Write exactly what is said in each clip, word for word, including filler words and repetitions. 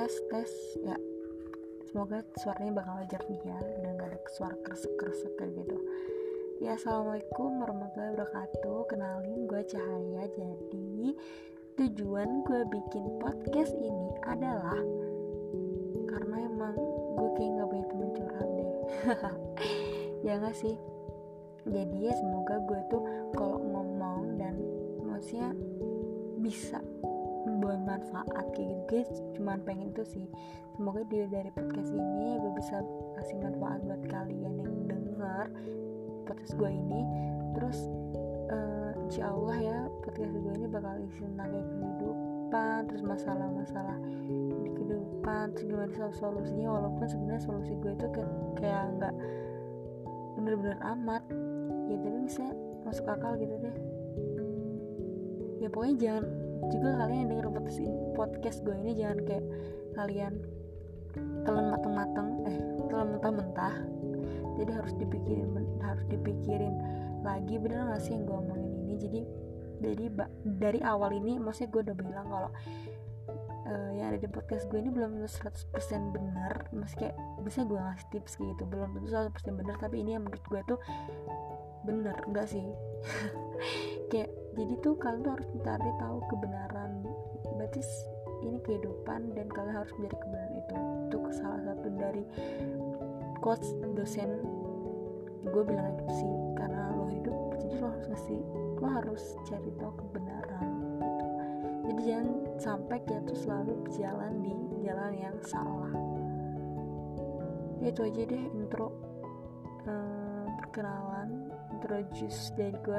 tes tes ya, semoga suaranya bakal jernih ya dan gak ada suara kresek-kresek kayak gitu. Ya, assalamualaikum warahmatullahi wabarakatuh. Kenalin, gue Cahaya. Jadi tujuan gue bikin podcast ini adalah karena emang gue kayak gak punya temen curhat deh. Ya gak sih? Jadi ya semoga gue tuh kalau ngomong dan maksudnya bisa membawa manfaat kayak gitu. Gue cuma pengen itu sih. Semoga dia dari podcast ini gue bisa kasih manfaat buat kalian yang denger podcast gue ini. Terus uh, insya Allah ya podcast gue ini bakal isi tentang kayak kehidupan, terus masalah-masalah di kehidupan, terus gimana solusinya. Walaupun sebenarnya solusi gue itu kayak kayak nggak bener-bener amat ya, tapi bisa masuk akal gitu deh. Ya pokoknya jangan juga kalian yang denger podcast, podcast gue ini jangan kayak kalian telan mateng-mateng eh telan mentah-mentah. Jadi harus dipikirin harus dipikirin lagi bener gak sih yang gue omongin ini. Jadi dari dari awal ini maksudnya gue udah bilang kalau uh, yang ada di podcast gue ini belum tentu seratus persen benar. Maksudnya kayak bisa gue ngasih tips gitu, belum tentu seratus persen benar, tapi ini yang menurut gue tuh bener, enggak sih? Kayak jadi tuh kalian tuh harus mencari tahu kebenaran. Berarti ini kehidupan dan kalian harus mencari kebenaran itu. Itu salah satu dari quotes dosen gue bilang gitu sih, karena lo hidup jadi lo harus ngasih, lo harus cari tahu kebenaran gitu. Jadi jangan sampai kita tuh selalu berjalan di jalan yang salah. Ya, itu aja deh intro um, perkenalan introduce dari gue.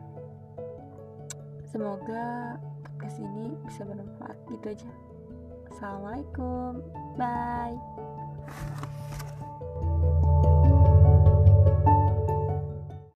Semoga podcast ini bisa bermanfaat. Gitu aja. Assalamualaikum, bye.